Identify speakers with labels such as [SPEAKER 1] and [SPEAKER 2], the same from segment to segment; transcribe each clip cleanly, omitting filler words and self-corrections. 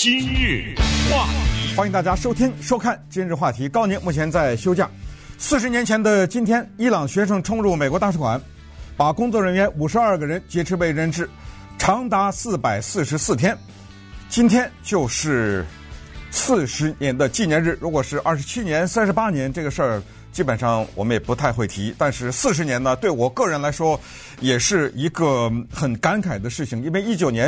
[SPEAKER 1] 今日话题，
[SPEAKER 2] 欢迎大家收听收看今日话题。高宁目前在休假。40年前的今天，伊朗学生冲入美国大使馆，把工作人员52个人劫持为人质，长达444天。今天就是40年的纪念日。如果是27年、38年，这个事儿基本上我们也不太会提。但是40年呢，对我个人来说，也是一个很感慨的事情。因为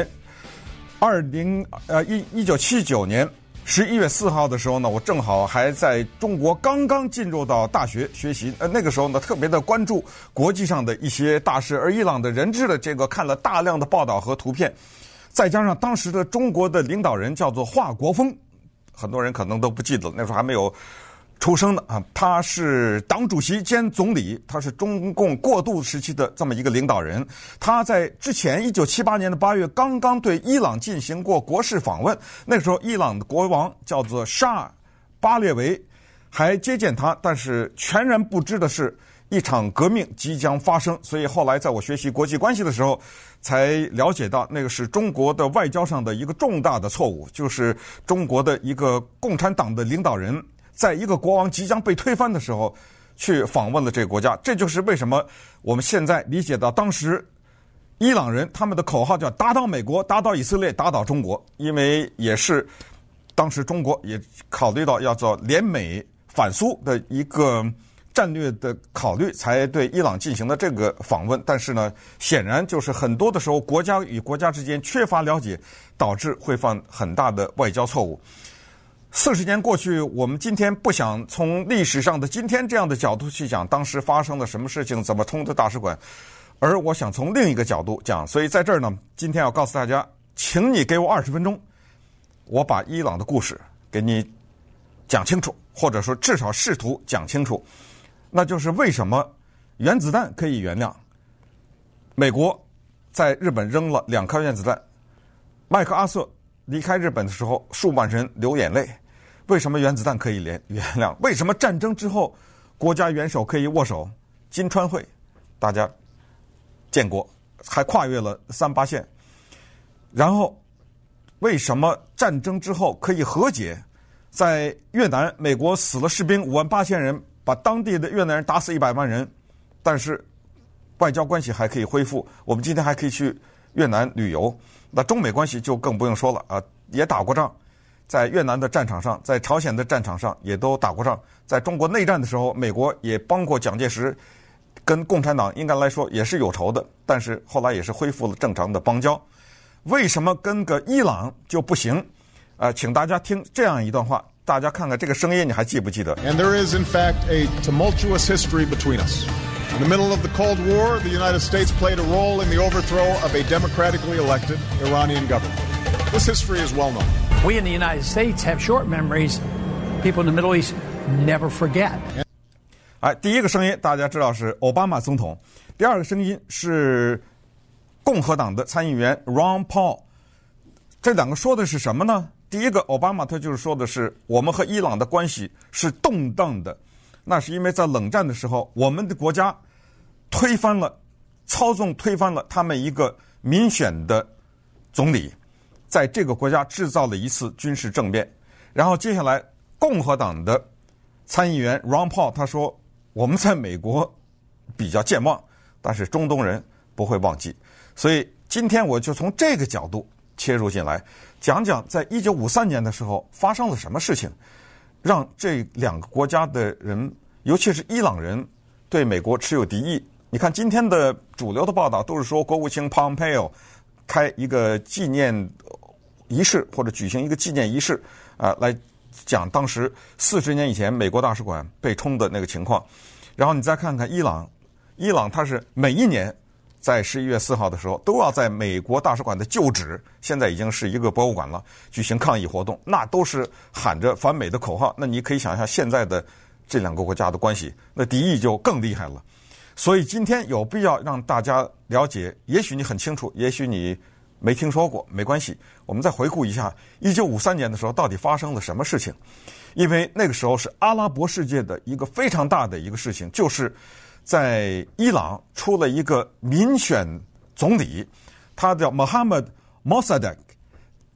[SPEAKER 2] 1979年11月4号的时候呢，我正好还在中国刚刚进入到大学学习。那个时候呢，特别的关注国际上的一些大事，而伊朗的人质的这个看了大量的报道和图片，再加上当时的中国的领导人叫做华国锋，很多人可能都不记得，那时候还没有出生的啊，他是党主席兼总理，他是中共过渡时期的这么一个领导人。他在之前1978年的8月刚刚对伊朗进行过国事访问，那个时候伊朗的国王叫做沙巴列维还接见他，但是全然不知的是一场革命即将发生。所以后来在我学习国际关系的时候才了解到，那个是中国的外交上的一个重大的错误，就是中国的一个共产党的领导人在一个国王即将被推翻的时候去访问了这个国家。这就是为什么我们现在理解到当时伊朗人他们的口号叫打倒美国，打倒以色列，打倒中国，因为也是当时中国也考虑到要做联美反苏的一个战略的考虑，才对伊朗进行的这个访问。但是呢，显然就是很多的时候国家与国家之间缺乏了解，导致会犯很大的外交错误。40年过去，我们今天不想从历史上的今天这样的角度去讲当时发生了什么事情，怎么冲的大使馆，而我想从另一个角度讲。所以在这儿呢，今天要告诉大家，请你给我20分钟，我把伊朗的故事给你讲清楚，或者说至少试图讲清楚。那就是为什么原子弹可以原谅，美国在日本扔了2颗原子弹，麦克阿瑟离开日本的时候数万人流眼泪，为什么原子弹可以原谅？为什么战争之后国家元首可以握手？金川会大家见过，还跨越了38线。然后为什么战争之后可以和解？在越南，美国死了士兵58000人，把当地的越南人打死100万人，但是外交关系还可以恢复，我们今天还可以去越南旅游。那中美关系就更不用说了啊，也打过仗，在越南的战场上，在朝鲜的战场上也都打过仗。在中国内战的时候，美国也帮过蒋介石，跟共产党应该来说也是有仇的，但是后来也是恢复了正常的邦交。为什么跟个伊朗就不行？请大家听这样一段话，大家看看这个声音你还记不记得？
[SPEAKER 3] And there is in fact a tumultuous history between us. In the middle of the Cold War, the United States played a role in the overthrow of a democratically elected Iranian government. This history is well known.
[SPEAKER 4] We in the United States have short memories. People in the Middle East never forget.
[SPEAKER 2] 第一个声音大家知道是奥巴马总统，第二个声音是共和党的参议员 Ron Paul。这两个说的是什么呢？第一个，奥巴马他就是说的是我们和伊朗的关系是动荡的，那是因为在冷战的时候，我们的国家推翻了他们一个民选的总理，在这个国家制造了一次军事政变。然后接下来共和党的参议员 Ron Paul 他说，我们在美国比较健忘，但是中东人不会忘记。所以今天我就从这个角度切入进来，讲讲在1953年的时候发生了什么事情，让这两个国家的人，尤其是伊朗人，对美国持有敌意。你看今天的主流的报道都是说国务卿 Pompeo 开一个纪念仪式，或者举行一个纪念仪式来讲当时40年以前美国大使馆被冲的那个情况。然后你再看看伊朗它是每一年在11月4号的时候都要在美国大使馆的旧址，现在已经是一个博物馆了，举行抗议活动，那都是喊着反美的口号。那你可以想象现在的这两个国家的关系，那敌意就更厉害了。所以今天有必要让大家了解，也许你很清楚，也许你没听说过，没关系，我们再回顾一下1953年的时候到底发生了什么事情。因为那个时候是阿拉伯世界的一个非常大的一个事情，就是在伊朗出了一个民选总理，他叫 Mohammad Mossadegh，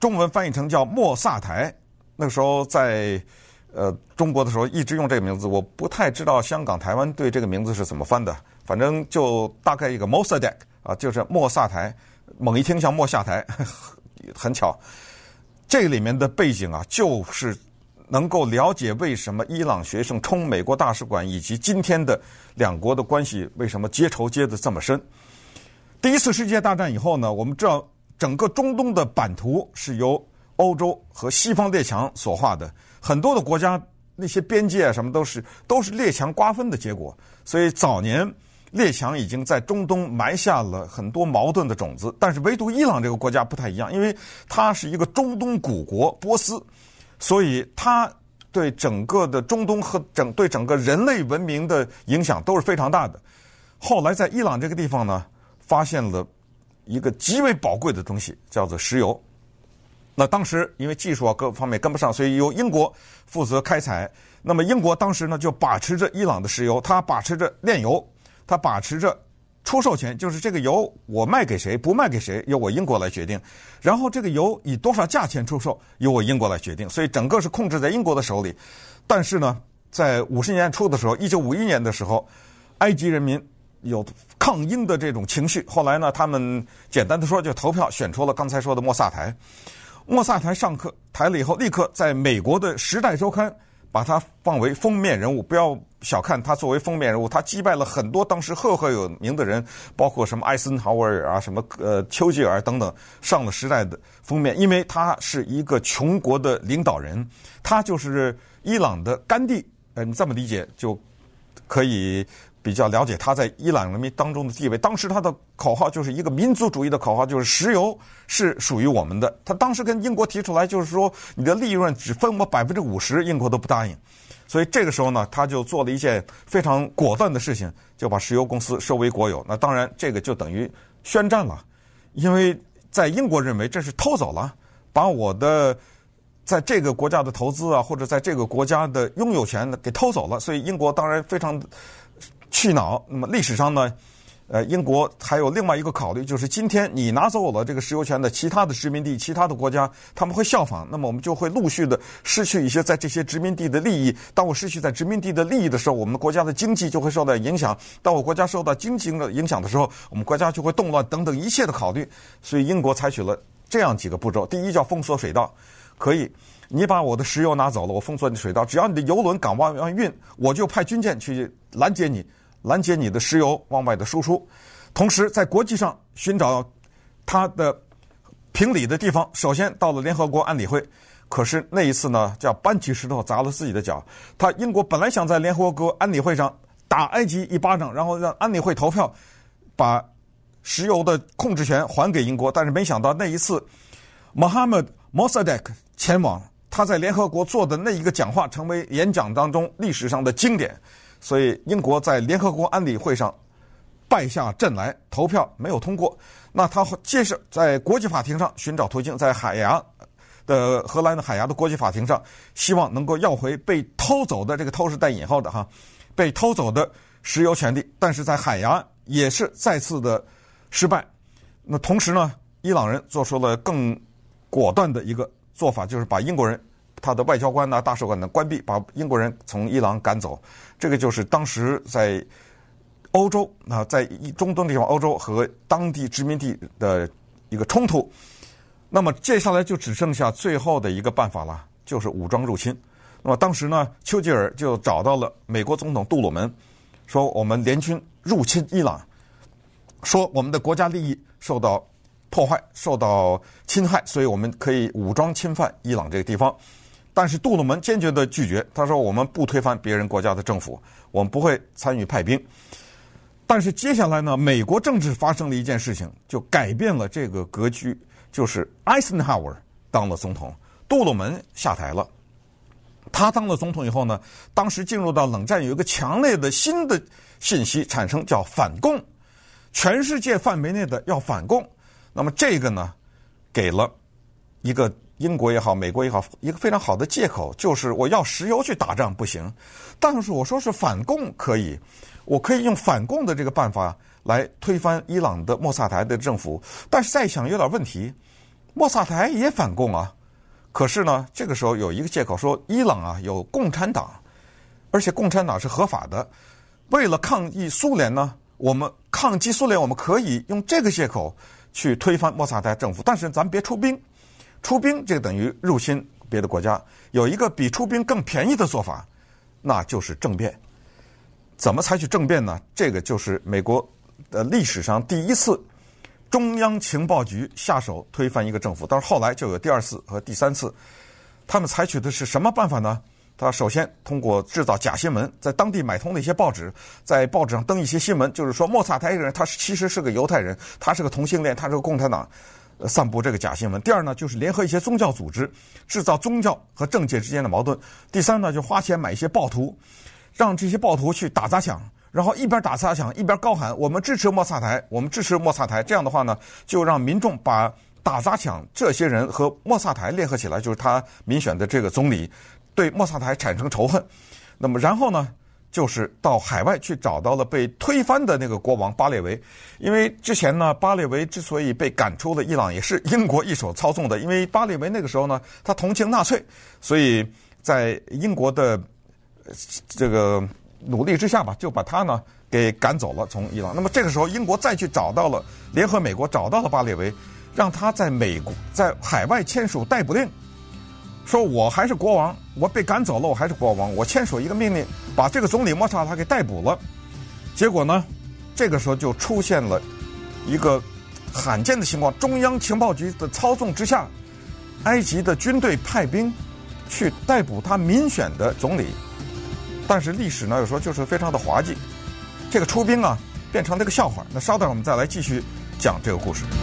[SPEAKER 2] 中文翻译成叫莫萨台。那个时候在中国的时候一直用这个名字，我不太知道香港、台湾对这个名字是怎么翻的，反正就大概一个 Mossadegh 啊，就是莫萨台，猛一听像莫下台，很巧。这里面的背景啊，就是能够了解为什么伊朗学生冲美国大使馆，以及今天的两国的关系为什么结仇结得这么深。第一次世界大战以后呢，我们知道整个中东的版图是由欧洲和西方列强所画的，很多的国家那些边界啊什么都是列强瓜分的结果，所以早年列强已经在中东埋下了很多矛盾的种子。但是唯独伊朗这个国家不太一样，因为它是一个中东古国波斯，所以它对整个的中东和对整个人类文明的影响都是非常大的。后来在伊朗这个地方呢，发现了一个极为宝贵的东西，叫做石油。那当时因为技术啊各方面跟不上，所以由英国负责开采。那么英国当时呢就把持着伊朗的石油，他把持着炼油，他把持着出售权，就是这个油我卖给谁不卖给谁由我英国来决定，然后这个油以多少价钱出售由我英国来决定，所以整个是控制在英国的手里。但是呢在50年初的时候，1951年的时候，埃及人民有抗英的这种情绪，后来呢他们简单的说就投票选出了刚才说的莫萨台。莫萨台上台了以后，立刻在美国的《时代周刊》把他放为封面人物。不要小看他作为封面人物，他击败了很多当时赫赫有名的人，包括什么艾森豪威尔啊，什么丘吉尔等等，上了《时代》的封面。因为他是一个穷国的领导人，他就是伊朗的甘地。你这么理解就可以比较了解他在伊朗人民当中的地位。当时他的口号就是一个民族主义的口号，就是石油是属于我们的。他当时跟英国提出来，就是说你的利润只分我50%，英国都不答应。所以这个时候呢，他就做了一件非常果断的事情，就把石油公司收为国有。那当然这个就等于宣战了，因为在英国认为这是偷走了，把我的在这个国家的投资啊，或者在这个国家的拥有权给偷走了。所以英国当然非常气恼。那么历史上呢，英国还有另外一个考虑，就是今天你拿走了这个石油权的其他的殖民地、其他的国家，他们会效仿，那么我们就会陆续的失去一些在这些殖民地的利益。当我失去在殖民地的利益的时候，我们国家的经济就会受到影响。当我国家受到经济的影响的时候，我们国家就会动乱等等一切的考虑。所以英国采取了这样几个步骤。第一叫封锁水道，可以你把我的石油拿走了，我封锁你的水道，只要你的油轮敢往外运，我就派军舰去拦截你的石油往外的输出。同时在国际上寻找它的评理的地方，首先到了联合国安理会。可是那一次呢，叫搬起石头砸了自己的脚。英国本来想在联合国安理会上打埃及一巴掌，然后让安理会投票把石油的控制权还给英国，但是没想到那一次 Mohammad Mossadegh 前往，他在联合国做的那一个讲话成为演讲当中历史上的经典。所以英国在联合国安理会上败下阵来，投票没有通过。那他接着在国际法庭上寻找途径，在荷兰的海牙的国际法庭上，希望能够要回被偷走的，这个偷是带引号的哈，被偷走的石油权利。但是在海牙也是再次的失败。那同时呢，伊朗人做出了更果断的一个做法，就是把英国人他的外交官大使馆的关闭，把英国人从伊朗赶走。这个就是当时在欧洲在中东地方欧洲和当地殖民地的一个冲突。那么接下来就只剩下最后的一个办法了，就是武装入侵。那么当时呢，丘吉尔就找到了美国总统杜鲁门，说我们联军入侵伊朗，说我们的国家利益受到破坏、受到侵害，所以我们可以武装侵犯伊朗这个地方。但是杜鲁门坚决的拒绝，他说我们不推翻别人国家的政府，我们不会参与派兵。但是接下来呢，美国政治发生了一件事情，就改变了这个格局，就是艾森豪威尔当了总统，杜鲁门下台了。他当了总统以后呢，当时进入到冷战，有一个强烈的新的信息产生，叫反共，全世界范围内的要反共。那么这个呢，给了一个英国也好，美国也好，一个非常好的借口，就是我要石油去打仗不行，但是我说是反共可以，我可以用反共的这个办法来推翻伊朗的莫萨台的政府。但是再想有点问题， 莫萨台也反共啊。可是呢，这个时候有一个借口说，伊朗啊有共产党，而且共产党是合法的。为了抗议苏联呢，我们抗击苏联，我们可以用这个借口去推翻莫萨台政府，但是咱们别出兵。出兵这等于入侵别的国家。有一个比出兵更便宜的做法，那就是政变。怎么采取政变呢？这个就是美国历史上第一次中央情报局下手推翻一个政府，但是后来就有第二次和第三次。他们采取的是什么办法呢？他首先通过制造假新闻，在当地买通了一些报纸，在报纸上登一些新闻，就是说莫萨台这个人他其实是个犹太人，他是个同性恋，他是个共产党，散布这个假新闻。第二呢，就是联合一些宗教组织，制造宗教和政界之间的矛盾。第三呢，就花钱买一些暴徒，让这些暴徒去打砸抢，然后一边打砸抢一边高喊我们支持莫萨台，我们支持莫萨台。这样的话呢，就让民众把打砸抢这些人和莫萨台联合起来，就是他民选的这个总理，对莫萨台产生仇恨。那么然后呢，就是到海外去找到了被推翻的那个国王巴列维。因为之前呢，巴列维之所以被赶出了伊朗，也是英国一手操纵的。因为巴列维那个时候呢，他同情纳粹，所以在英国的这个努力之下吧，就把他呢给赶走了，从伊朗。那么这个时候，英国再去找到了，联合美国找到了巴列维，让他在美国在海外签署逮捕令，说我还是国王，我被赶走了，我还是国王，我签署一个命令，把这个总理莫萨台给逮捕了。结果呢，这个时候就出现了一个罕见的情况，中央情报局的操纵之下，埃及的军队派兵去逮捕他民选的总理。但是历史呢，有时候就是非常的滑稽，这个出兵啊变成了一个笑话。那稍等，我们再来继续讲这个故事。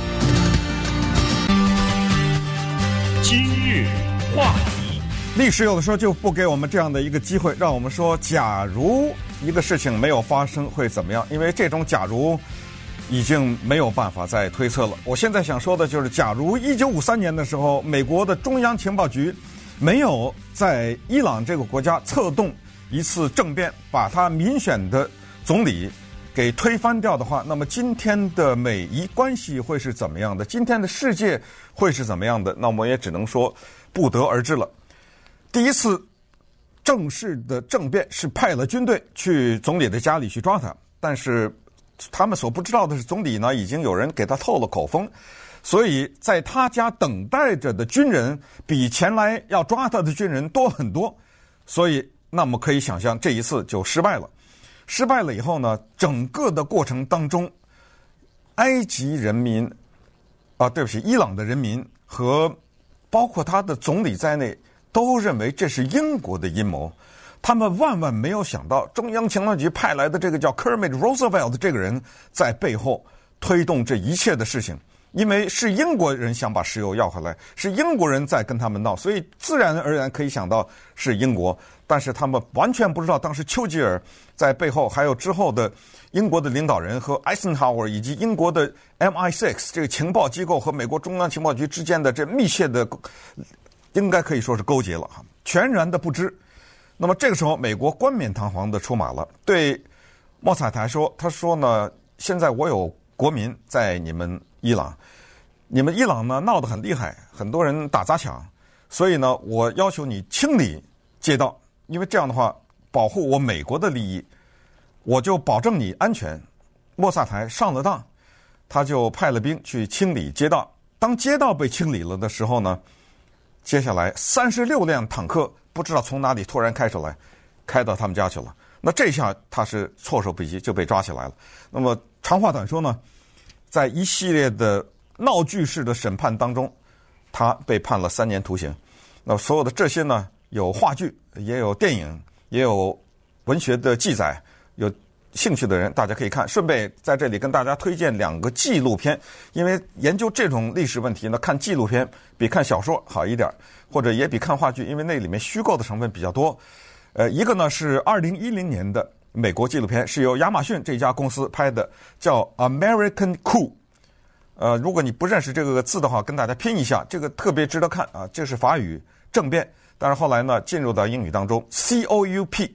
[SPEAKER 1] 今日话题，
[SPEAKER 2] 历史有的时候就不给我们这样的一个机会，让我们说假如一个事情没有发生会怎么样，因为这种假如已经没有办法再推测了。我现在想说的就是，假如1953年的时候，美国的中央情报局没有在伊朗这个国家策动一次政变，把他民选的总理给推翻掉的话，那么今天的美伊关系会是怎么样的？今天的世界会是怎么样的？那我们也只能说不得而知了。第一次正式的政变是派了军队去总理的家里去抓他，但是他们所不知道的是，总理呢已经有人给他透了口风，所以在他家等待着的军人比前来要抓他的军人多很多，所以那么可以想象这一次就失败了。失败了以后呢，整个的过程当中，埃及人民伊朗的人民和包括他的总理在内，都认为这是英国的阴谋。他们万万没有想到，中央情报局派来的这个叫 Kermit Roosevelt 这个人在背后推动这一切的事情。因为是英国人想把石油要回来，是英国人在跟他们闹，所以自然而然可以想到是英国。但是他们完全不知道，当时丘吉尔在背后，还有之后的英国的领导人和 Eisenhower 以及英国的 MI6 这个情报机构和美国中央情报局之间的这密切的，应该可以说是勾结了，全然的不知。那么这个时候，美国冠冕堂皇的出马了，对莫萨台说，他说呢，现在我有国民在你们伊朗，你们伊朗呢闹得很厉害，很多人打砸抢，所以呢，我要求你清理街道，因为这样的话保护我美国的利益，我就保证你安全。莫萨台上了当，他就派了兵去清理街道。当街道被清理了的时候呢，接下来36辆坦克不知道从哪里突然开出来，开到他们家去了。那这下他是措手不及，就被抓起来了。那么长话短说呢，在一系列的闹剧式的审判当中，他被判了3年徒刑。那所有的这些呢，有话剧，也有电影，也有文学的记载，有兴趣的人大家可以看。顺便在这里跟大家推荐2个纪录片，因为研究这种历史问题呢，看纪录片比看小说好一点，或者也比看话剧，因为那里面虚构的成分比较多。一个呢是2010年的美国纪录片，是由亚马逊这家公司拍的，叫 American Coup。如果你不认识这个字的话，跟大家拼一下，这个特别值得看啊。这是法语政变，但是后来呢进入到英语当中 COUP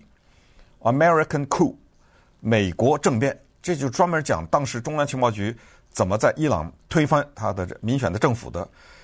[SPEAKER 2] American Coup 美国政变，这就专门讲当时中央情报局怎么在伊朗推翻他的民选的政府的。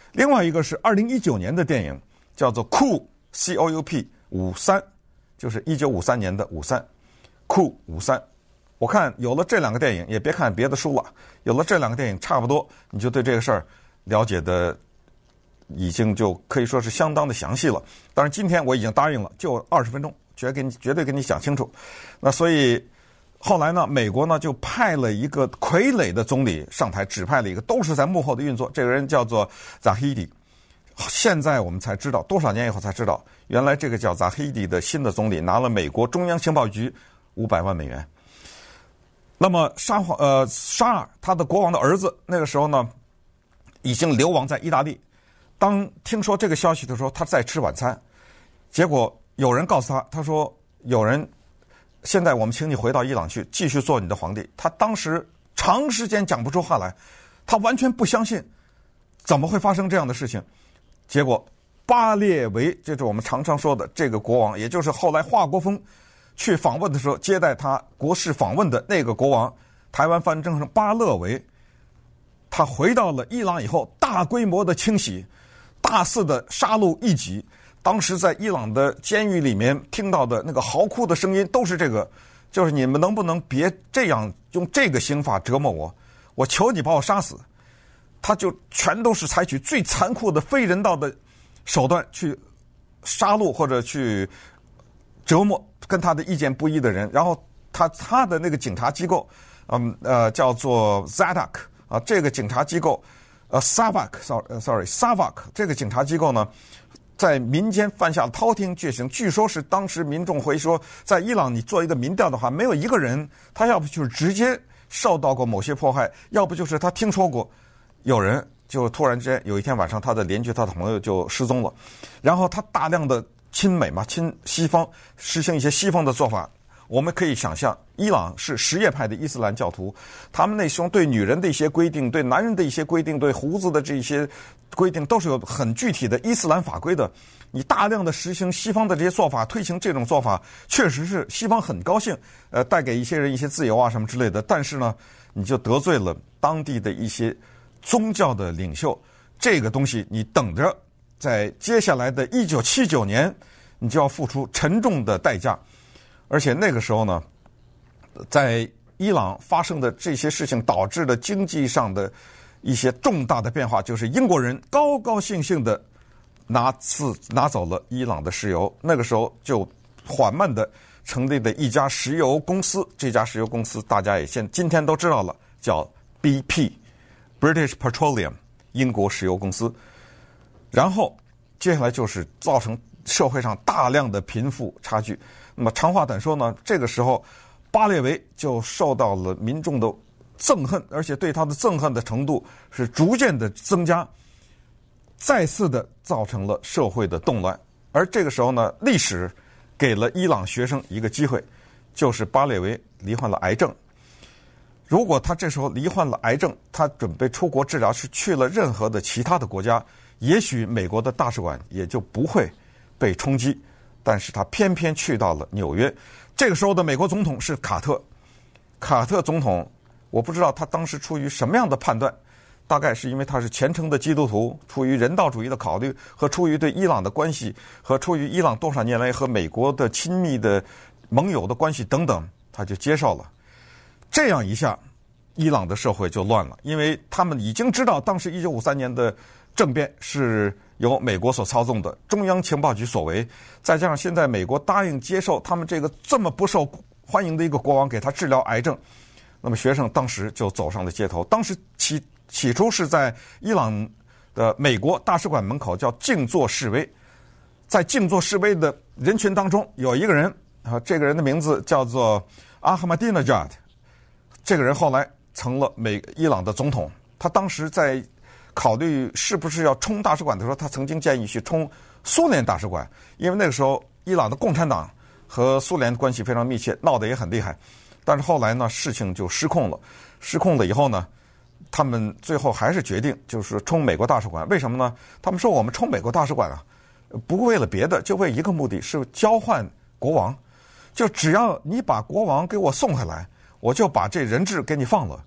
[SPEAKER 2] 另外一个是2019年的电影，叫做 Coup C-O-U-P 53，就是1953年的53 Coup 53。我看有了这两个电影，也别看别的书了，有了这两个电影，差不多你就对这个事儿了解的已经就可以说是相当的详细了。当然今天我已经答应了，就20分钟，绝对给你讲清楚。那所以后来呢，美国呢就派了一个傀儡的总理上台，指派了一个都是在幕后的运作，这个人叫做 Zahedi。现在我们才知道，多少年以后才知道，原来这个叫 Zahedi 的新的总理拿了美国中央情报局500万美元。那么沙尔他的国王的儿子那个时候呢，已经流亡在意大利。当听说这个消息的时候，他在吃晚餐，结果有人告诉他，他说有人现在我们请你回到伊朗去，继续做你的皇帝。他当时长时间讲不出话来，他完全不相信怎么会发生这样的事情。结果巴列维，这是我们常常说的这个国王，也就是后来华国锋去访问的时候接待他国事访问的那个国王，台湾翻译成巴勒维。他回到了伊朗以后，大规模的清洗，大肆的杀戮异己。当时在伊朗的监狱里面听到的那个嚎哭的声音都是这个，就是你们能不能别这样用这个刑法折磨我，我求你把我杀死。他就全都是采取最残酷的非人道的手段去杀戮或者去折磨跟他的意见不一的人。然后他的那个警察机构叫做 Zadak 啊，这个警察机构Savak 这个警察机构呢，在民间犯下了滔天罪行。据说是当时民众回说，在伊朗你做一个民调的话，没有一个人他要不就是直接受到过某些迫害，要不就是他听说过有人就突然之间有一天晚上他的邻居他的朋友就失踪了，然后他大量的亲美嘛，亲西方，实行一些西方的做法。我们可以想象，伊朗是什叶派的伊斯兰教徒，他们那种对女人的一些规定，对男人的一些规定，对胡子的这些规定，都是有很具体的伊斯兰法规的。你大量的实行西方的这些做法，推行这种做法，确实是西方很高兴，带给一些人一些自由啊什么之类的。但是呢，你就得罪了当地的一些宗教的领袖，这个东西你等着，在接下来的1979年，你就要付出沉重的代价。而且那个时候呢，在伊朗发生的这些事情导致了经济上的一些重大的变化，就是英国人高高兴兴的拿走了伊朗的石油。那个时候就缓慢的成立了一家石油公司，这家石油公司大家也今天都知道了，叫 BP British Petroleum 英国石油公司。然后接下来就是造成社会上大量的贫富差距。那么长话短说呢，这个时候巴列维就受到了民众的憎恨，而且对他的憎恨的程度是逐渐的增加，再次的造成了社会的动乱。而这个时候呢，历史给了伊朗学生一个机会，就是巴列维罹患了癌症。如果他这时候罹患了癌症，他准备出国治疗，是去了任何的其他的国家，也许美国的大使馆也就不会被冲击。但是他偏偏去到了纽约。这个时候的美国总统是卡特总统，我不知道他当时出于什么样的判断，大概是因为他是虔诚的基督徒，出于人道主义的考虑，和出于对伊朗的关系，和出于伊朗多少年来和美国的亲密的盟友的关系等等，他就接受了。这样一下，伊朗的社会就乱了，因为他们已经知道当时1953年的政变是由美国所操纵的，中央情报局所为，再加上现在美国答应接受他们这个这么不受欢迎的一个国王给他治疗癌症，那么学生当时就走上了街头。当时起初是在伊朗的美国大使馆门口叫静坐示威，在静坐示威的人群当中有一个人这个人的名字叫做阿哈马蒂纳扎德，这个人后来成了伊朗的总统。他当时在考虑是不是要冲大使馆的时候，他曾经建议去冲苏联大使馆，因为那个时候伊朗的共产党和苏联关系非常密切，闹得也很厉害。但是后来呢，事情就失控了以后呢，他们最后还是决定就是冲美国大使馆。为什么呢？他们说我们冲美国大使馆啊，不为了别的，就为一个目的，是交换国王。就只要你把国王给我送回来，我就把这人质给你放了。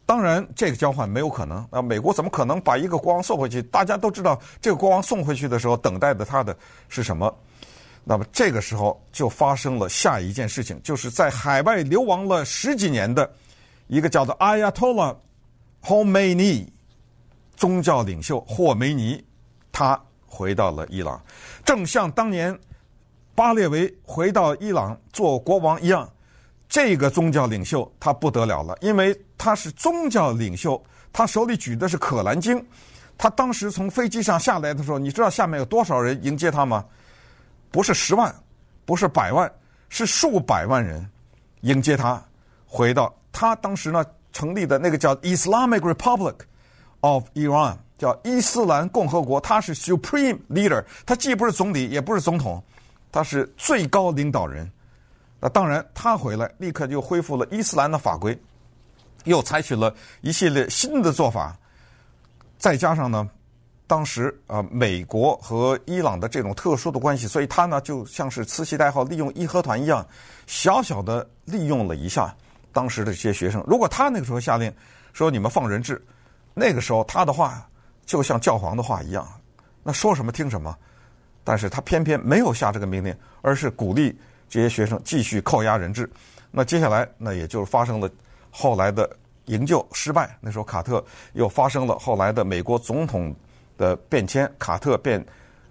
[SPEAKER 2] 当然，这个交换没有可能啊！美国怎么可能把一个国王送回去？大家都知道，这个国王送回去的时候，等待的他的是什么？那么这个时候就发生了下一件事情，就是在海外流亡了10几年的一个叫做 Ayatollah Khomeini 宗教领袖霍梅尼，他回到了伊朗，正像当年巴列维回到伊朗做国王一样。这个宗教领袖他不得了了，因为他是宗教领袖，他手里举的是可兰经。他当时从飞机上下来的时候，你知道下面有多少人迎接他吗？不是10万，不是100万，是数百万人迎接他回到他当时呢成立的那个叫 Islamic Republic of Iran， 叫伊斯兰共和国。他是 Supreme Leader， 他既不是总理也不是总统，他是最高领导人。那当然，他回来立刻就恢复了伊斯兰的法规，又采取了一系列新的做法。再加上呢，当时美国和伊朗的这种特殊的关系，所以他呢就像是慈禧太后利用义和团一样，小小的利用了一下当时的这些学生。如果他那个时候下令说你们放人质，那个时候他的话就像教皇的话一样，那说什么听什么。但是他偏偏没有下这个命令，而是鼓励这些学生继续扣押人质。那接下来那也就发生了后来的营救失败，那时候卡特又发生了后来的美国总统的变迁，卡特变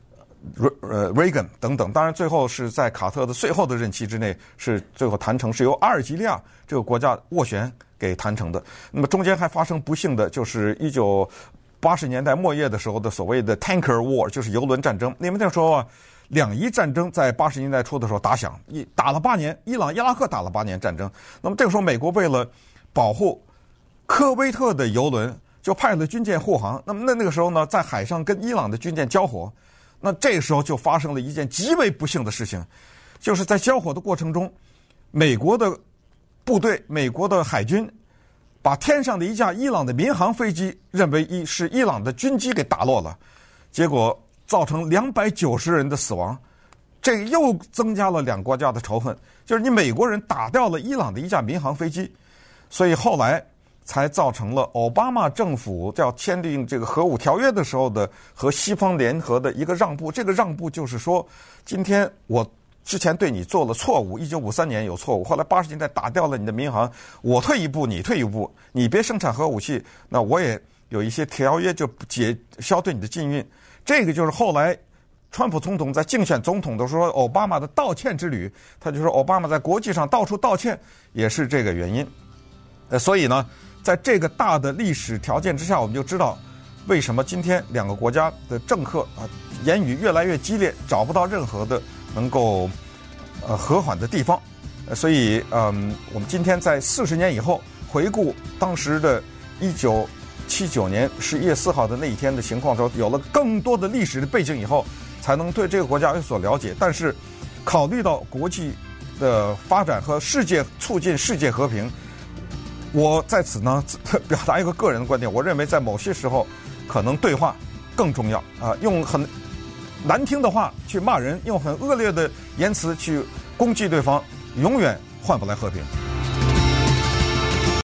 [SPEAKER 2] Reagan 等等。当然最后是在卡特的最后的任期之内，是最后谈成是由阿尔及利亚这个国家斡旋给谈成的。那么中间还发生不幸的就是1980年代末叶的时候的所谓的 Tanker War， 就是油轮战争。你们那时候啊，两伊战争在80年代初的时候打响，打了8年，伊朗伊拉克打了8年战争。那么这个时候美国为了保护科威特的油轮，就派了军舰护航。那么那个时候呢，在海上跟伊朗的军舰交火，那这个时候就发生了一件极为不幸的事情，就是在交火的过程中，美国的部队、美国的海军把天上的一架伊朗的民航飞机认为是伊朗的军机给打落了，结果造成290人的死亡。这个又增加了两国家的仇恨，就是你美国人打掉了伊朗的一架民航飞机，所以后来才造成了奥巴马政府要签订这个核武条约的时候的和西方联合的一个让步。这个让步就是说，今天我之前对你做了错误，1953年有错误，后来80年代打掉了你的民航，我退一步，你退一步，你别生产核武器，那我也有一些条约就消对你的禁运。这个就是后来川普总统在竞选总统的时候，奥巴马的道歉之旅，他就说奥巴马在国际上到处道歉，也是这个原因。所以呢，在这个大的历史条件之下，我们就知道为什么今天两个国家的政客言语越来越激烈，找不到任何的能够和缓的地方。所以我们今天在40年以后回顾当时的1979年11月4号的那一天的情况之后，有了更多的历史的背景以后，才能对这个国家有所了解。但是考虑到国际的发展和促进世界和平，我在此呢表达一个个人的观点，我认为在某些时候可能对话更重要啊，用很难听的话去骂人，用很恶劣的言辞去攻击对方，永远换不来和平。